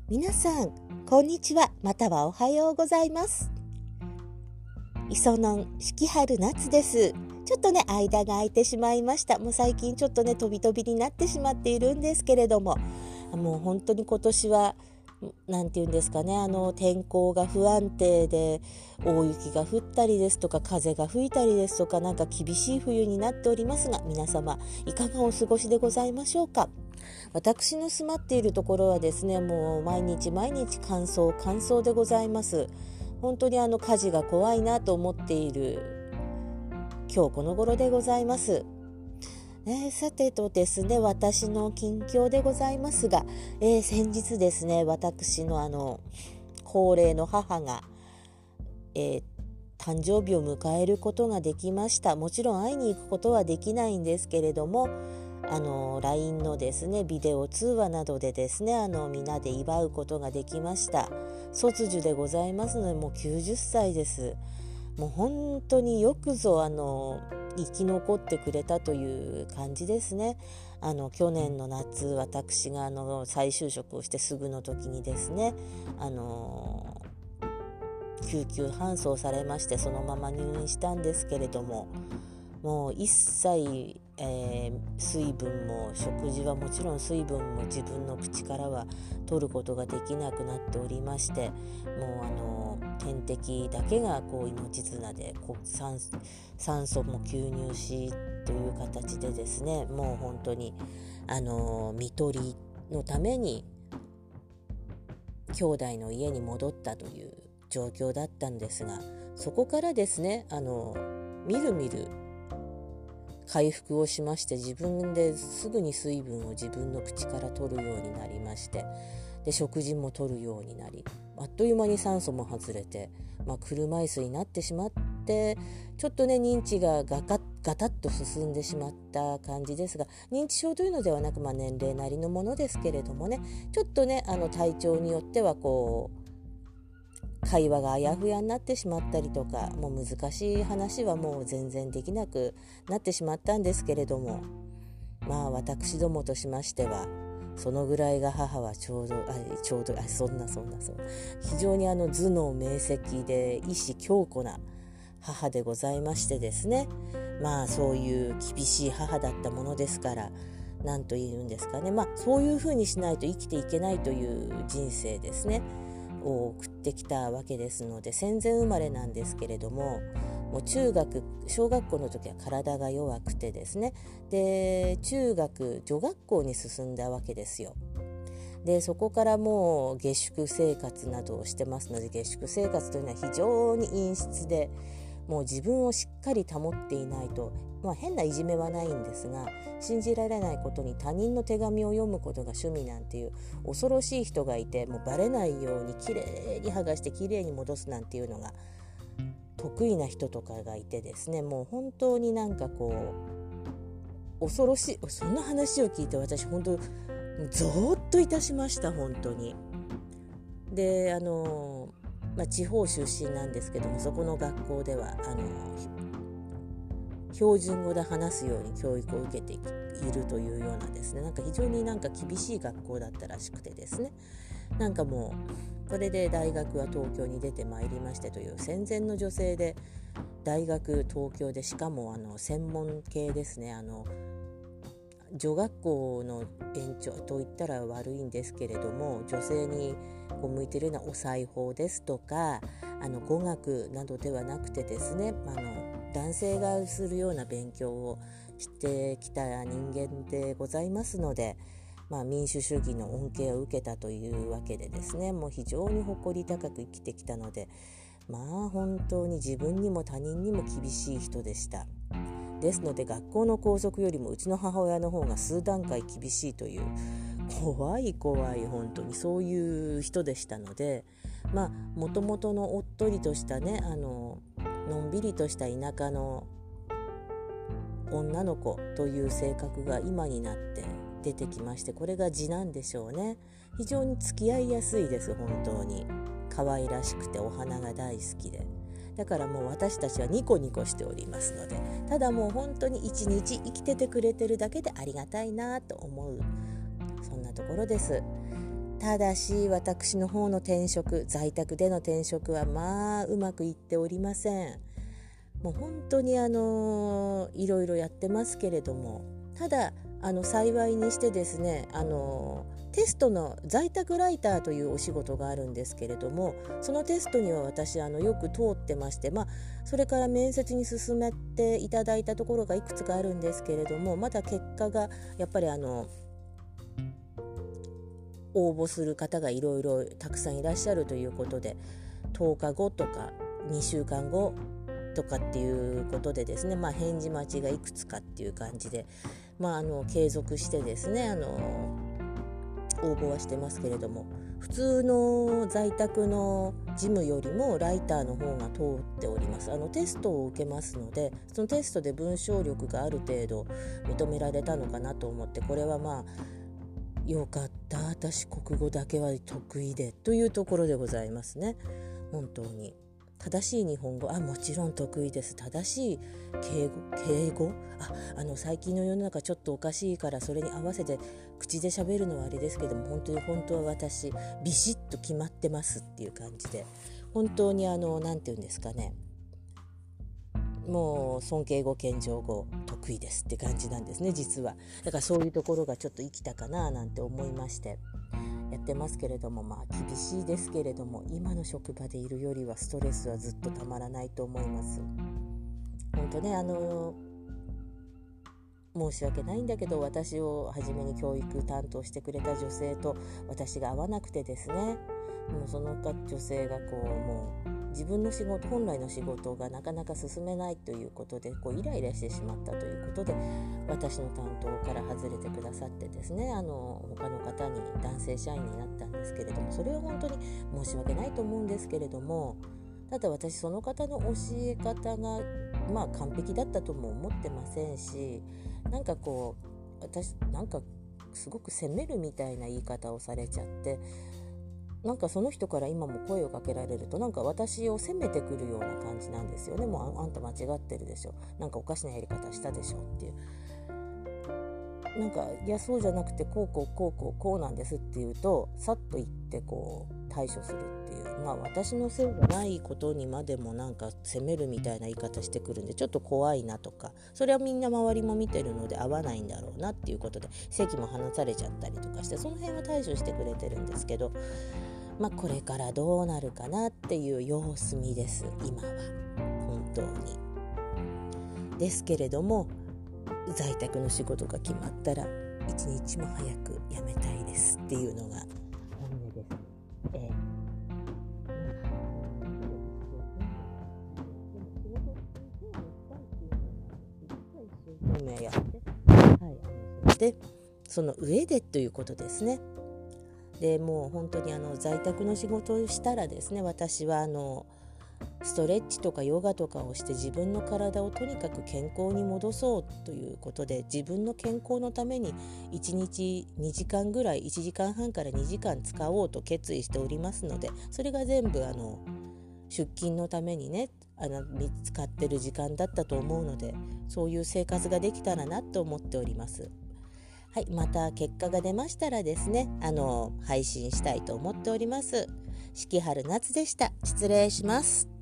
皆さんこんにちは、またはおはようございます。磯野四季春夏です。ちょっとね間が空いてしまいました。もう最近ちょっとね飛び飛びになってしまっているんですけれども、もう本当に今年はなんていうんですかね、天候が不安定で大雪が降ったりですとか風が吹いたりですとか、なんか厳しい冬になっておりますが、皆様いかがお過ごしでございましょうか。私の住まっているところはですね、もう毎日乾燥でございます。本当に火事が怖いなと思っている今日この頃でございます。さてとですね、私の近況でございますが、先日ですね、私の高齢の母が、誕生日を迎えることができました。もちろん会いに行くことはできないんですけれども、LINE のですねビデオ通話などでですねみんなで祝うことができました。卒寿でございますので、もう90歳です。もう本当によくぞ生き残ってくれたという感じですね。去年の夏、私が再就職をしてすぐの時にですね、救急搬送されまして、そのまま入院したんですけれども、もう一切、水分も食事はもちろん水分も自分の口からは取ることができなくなっておりまして、もう点滴だけが命綱で酸素も吸入しという形でですね、もう本当に看取りのために兄弟の家に戻ったという状況だったんですが、そこからですねみるみる回復をしまして、自分ですぐに水分を自分の口から取るようになりまして、で食事も取るようになり、あっという間に酸素も外れて、車椅子になってしまって、ちょっとね認知がガタッと進んでしまった感じですが、認知症というのではなく、年齢なりのものですけれどもね、ちょっとね体調によっては会話があやふやになってしまったりとか、もう難しい話はもう全然できなくなってしまったんですけれども、私どもとしましてはそのぐらいが母はちょうどそんな非常に頭脳明晰で意志強固な母でございましてですね、そういう厳しい母だったものですから、なんと言うんですかね、そういうふうにしないと生きていけないという人生ですねを送ってきたわけですので、戦前生まれなんですけれども、もう小学校の時は体が弱くてですね、で女学校に進んだわけですよ。でそこからもう下宿生活などをしてますので、下宿生活というのは非常に陰湿で、もう自分をしっかり保っていないと、変ないじめはないんですが、信じられないことに他人の手紙を読むことが趣味なんていう恐ろしい人がいて、もうバレないようにきれいに剥がしてきれいに戻すなんていうのが得意な人とかがいてですね、もう本当に恐ろしい。そんな話を聞いて私本当ゾーッといたしました、本当に。で地方出身なんですけども、そこの学校では標準語で話すように教育を受けているというようなですね、非常に厳しい学校だったらしくてですね、もうこれで大学は東京に出てまいりましてという戦前の女性で、大学東京で、しかも専門系ですね、女学校の延長といったら悪いんですけれども、女性に向いているようなお裁縫ですとか語学などではなくてですね、男性がするような勉強をしてきた人間でございますので、民主主義の恩恵を受けたというわけでですね、もう非常に誇り高く生きてきたので、本当に自分にも他人にも厳しい人でした。ですので学校の校則よりもうちの母親の方が数段階厳しいという、怖い本当にそういう人でしたので、もともとのおっとりとしたねのんびりとした田舎の女の子という性格が今になって出てきまして、これが次男でしょうね。非常に付き合いやすいです。本当に可愛らしくてお花が大好きで、だからもう私たちはニコニコしておりますので、ただもう本当に一日生きててくれてるだけでありがたいなと思う、そんなところです。 ただし私の方の転職、在宅での転職はうまくいっておりません。もう本当にいろいろやってますけれども、ただ幸いにしてですね、テストの在宅ライターというお仕事があるんですけれども、そのテストには私よく通ってまして、それから面接に進めていただいたところがいくつかあるんですけれども、まだ結果がやっぱり応募する方がいろいろたくさんいらっしゃるということで、10日後とか2週間後とかっていうことでですね、返事待ちがいくつかっていう感じで、継続してですね応募はしてますけれども、普通の在宅の事務よりもライターの方が通っております。テストを受けますので、そのテストで文章力がある程度認められたのかなと思って、これはよかった、私国語だけは得意でというところでございますね。本当に正しい日本語もちろん得意です。正しい敬語最近の世の中ちょっとおかしいから、それに合わせて口で喋るのはあれですけども、本当は私ビシッと決まってますっていう感じで、本当になんていうんですかね、もう尊敬語謙譲語得意ですって感じなんですね、実は。だからそういうところがちょっと生きたかななんて思いましてやってますけれども、厳しいですけれども、今の職場でいるよりはストレスはずっとたまらないと思います。本当ね、申し訳ないんだけど、私を初めに教育担当してくれた女性と私が合わなくてですね、もうその女性がもう自分の本来の仕事がなかなか進めないということでイライラしてしまったということで、私の担当から外れてくださってですね、他の方に男性社員になったんですけれども、それは本当に申し訳ないと思うんですけれども、ただ私その方の教え方が完璧だったとも思ってませんし、私すごく責めるみたいな言い方をされちゃって、その人から今も声をかけられると私を責めてくるような感じなんですよね。もうあんた間違ってるでしょ、おかしなやり方したでしょっていう、いやそうじゃなくてこうなんですって言うと、さっと言って対処するっていう、私のせいじゃないことにまでも責めるみたいな言い方してくるんで、ちょっと怖いなとか、それはみんな周りも見てるので合わないんだろうなっていうことで席も離されちゃったりとかして、その辺は対処してくれてるんですけど、これからどうなるかなっていう様子見です、今は本当に。ですけれども、在宅の仕事が決まったら一日も早く辞めたいですっていうのが本音です。やって、その上でということですね。でもう本当に在宅の仕事をしたらですね、私はストレッチとかヨガとかをして自分の体をとにかく健康に戻そうということで、自分の健康のために1日2時間ぐらい、1時間半から2時間使おうと決意しておりますので、それが全部出勤のためにね見つかってる時間だったと思うので、そういう生活ができたらなと思っております。はい、また結果が出ましたらですね配信したいと思っております。四季春夏でした。失礼します。